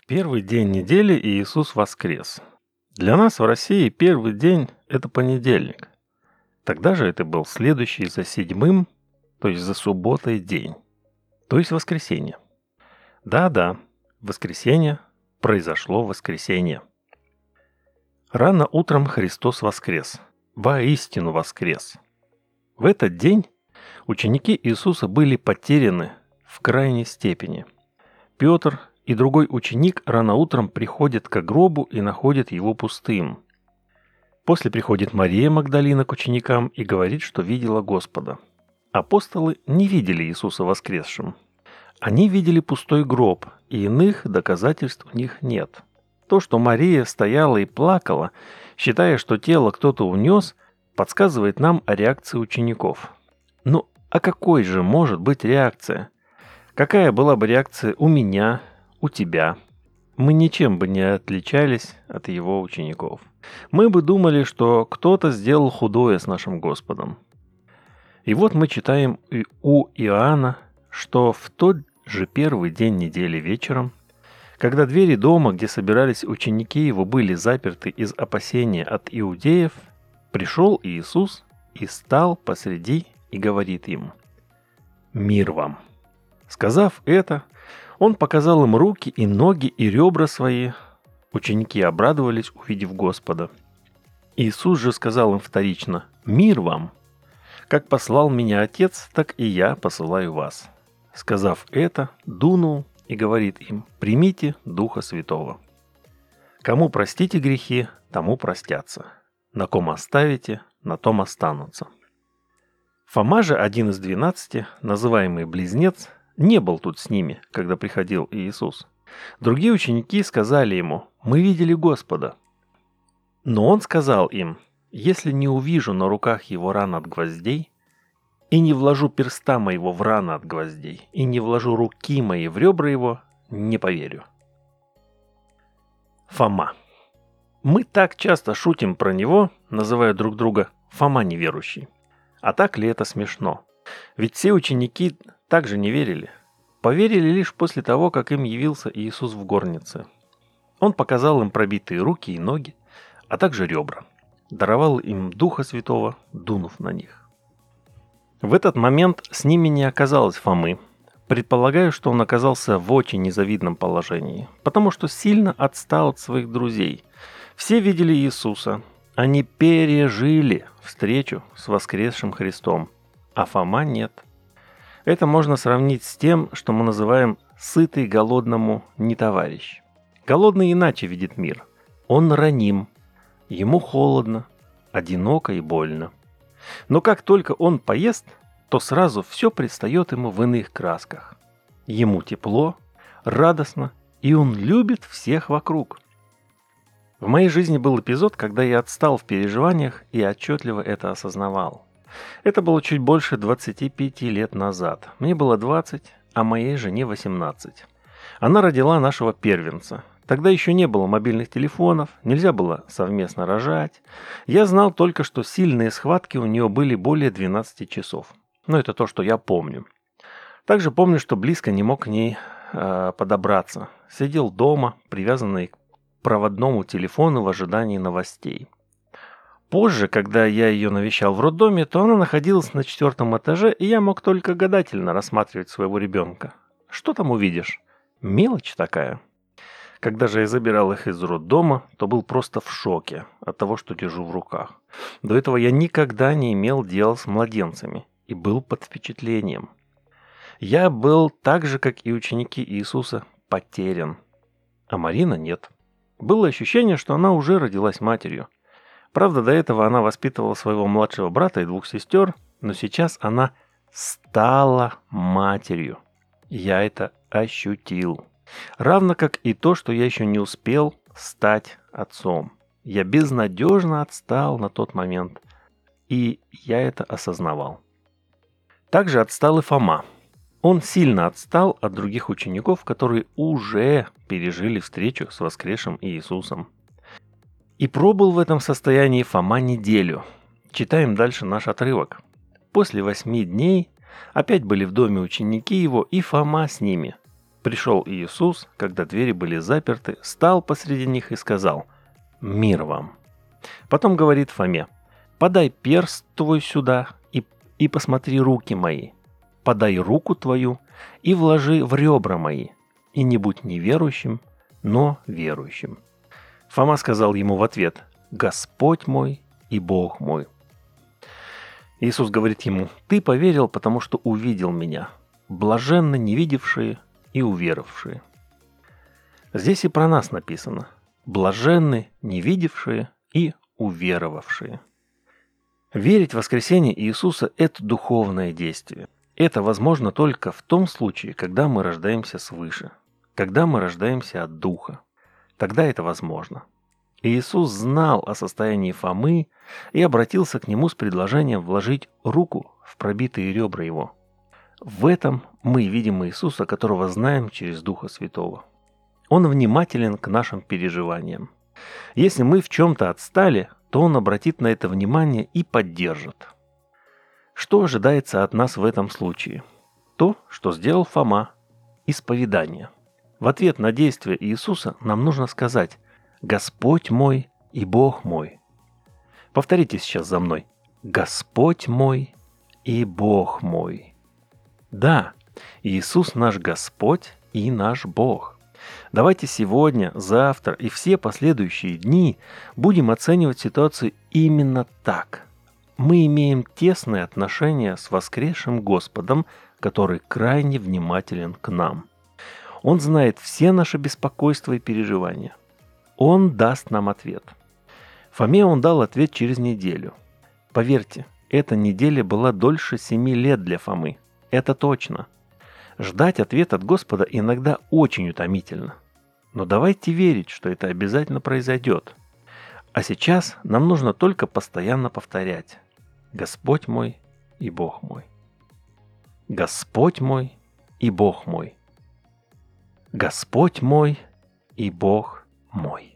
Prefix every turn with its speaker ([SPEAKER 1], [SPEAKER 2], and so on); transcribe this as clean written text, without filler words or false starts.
[SPEAKER 1] Первый день недели Иисус воскрес. Для нас в России первый день– это понедельник. Тогда же это был следующий за седьмым, то есть за субботой день, то есть воскресенье. Да-да, воскресенье, произошло воскресенье. Рано утром Христос воскрес, воистину воскрес. В этот день ученики Иисуса были потеряны в крайней степени. Петр и другой ученик рано утром приходят к гробу и находят его пустым. После приходит Мария Магдалина к ученикам и говорит, что видела Господа. Апостолы не видели Иисуса воскресшим. Они видели пустой гроб, и иных доказательств у них нет. То, что Мария стояла и плакала, считая, что тело кто-то унес, подсказывает нам о реакции учеников. Ну, а какой же может быть реакция? Какая была бы реакция у меня, у тебя? Мы ничем бы не отличались от его учеников. Мы бы думали, что кто-то сделал худое с нашим Господом. И вот мы читаем у Иоанна, что в тот же первый день недели вечером, когда двери дома, где собирались ученики его, были заперты из опасения от иудеев, пришел Иисус и стал посреди и говорит им: «Мир вам!» Сказав это, он показал им руки и ноги и ребра свои. Ученики обрадовались, увидев Господа. Иисус же сказал им вторично: «Мир вам! Как послал меня Отец, так и я посылаю вас». Сказав это, дунул и говорит им: «Примите Духа Святого. Кому простите грехи, тому простятся. На ком оставите, на том останутся». Фома же, один из 12, называемый Близнец, не был тут с ними, когда приходил Иисус. Другие ученики сказали ему: «Мы видели Господа». Но он сказал им: «Если не увижу на руках его ран от гвоздей, и не вложу перста моего в раны от гвоздей, и не вложу руки мои в ребра его, не поверю». Фома. Мы так часто шутим про него, называя друг друга Фома неверующий. А так ли это смешно? Ведь все ученики также не верили. Поверили лишь после того, как им явился Иисус в горнице. Он показал им пробитые руки и ноги, а также ребра. Даровал им Духа Святого, дунув на них. В этот момент с ними не оказалось Фомы. Предполагаю, что он оказался в очень незавидном положении, потому что сильно отстал от своих друзей. Все видели Иисуса. Они пережили встречу с воскресшим Христом, а Фома нет. Это можно сравнить с тем, что мы называем «сытый голодному не товарищ». Голодный иначе видит мир. Он раним, ему холодно, одиноко и больно. Но как только он поест, то сразу все предстает ему в иных красках. Ему тепло, радостно, и он любит всех вокруг. В моей жизни был эпизод, когда я отстал в переживаниях и отчетливо это осознавал. Это было чуть больше 25 лет назад. Мне было 20, а моей жене 18. Она родила нашего первенца. Тогда еще не было мобильных телефонов, нельзя было совместно рожать. Я знал только, что сильные схватки у нее были более 12 часов. Но это то, что я помню. Также помню, что близко не мог к ней подобраться. Сидел дома, привязанный к проводному телефону в ожидании новостей. Позже, когда я ее навещал в роддоме, то она находилась на 4 этаже, и я мог только гадательно рассматривать своего ребенка. Что там увидишь? Мелочь такая. Когда же я забирал их из роддома, то был просто в шоке от того, что держу в руках. До этого я никогда не имел дела с младенцами и был под впечатлением. Я был так же, как и ученики Иисуса, потерян. А Марина нет. Было ощущение, что она уже родилась матерью. Правда, до этого она воспитывала своего младшего брата и 2 сестер, но сейчас она стала матерью. Я это ощутил. Равно как и то, что я еще не успел стать отцом. Я безнадежно отстал на тот момент, и я это осознавал. Также отстал и Фома. Он сильно отстал от других учеников, которые уже пережили встречу с воскресшим Иисусом. И пробыл в этом состоянии Фома неделю. Читаем дальше наш отрывок. После 8 дней опять были в доме ученики его, и Фома с ними. Пришел Иисус, когда двери были заперты, стал посреди них и сказал: «Мир вам». Потом говорит Фоме: «Подай перст твой сюда и посмотри руки мои. Подай руку твою и вложи в ребра мои. И не будь неверующим, но верующим». Фома сказал ему в ответ: «Господь мой и Бог мой». Иисус говорит ему: «Ты поверил, потому что увидел меня. Блаженны невидевшие и уверовавшие». Здесь и про нас написано: блаженны невидевшие и уверовавшие. Верить в воскресение Иисуса – это духовное действие. Это возможно только в том случае, когда мы рождаемся свыше, когда мы рождаемся от Духа. Тогда это возможно. Иисус знал о состоянии Фомы и обратился к нему с предложением вложить руку в пробитые ребра его. В этом мы видим Иисуса, которого знаем через Духа Святого. Он внимателен к нашим переживаниям. Если мы в чем-то отстали, то Он обратит на это внимание и поддержит. Что ожидается от нас в этом случае? То, что сделал Фома – исповедание. В ответ на действие Иисуса нам нужно сказать: «Господь мой и Бог мой». Повторите сейчас за мной: «Господь мой и Бог мой». Да, Иисус наш Господь и наш Бог. Давайте сегодня, завтра и все последующие дни будем оценивать ситуацию именно так. Мы имеем тесные отношения с воскресшим Господом, который крайне внимателен к нам. Он знает все наши беспокойства и переживания. Он даст нам ответ. Фоме он дал ответ через неделю. Поверьте, эта неделя была дольше 7 лет для Фомы. Это точно. Ждать ответ от Господа иногда очень утомительно. Но давайте верить, что это обязательно произойдет. А сейчас нам нужно только постоянно повторять: «Господь мой и Бог мой». Господь мой и Бог мой. Господь мой и Бог мой.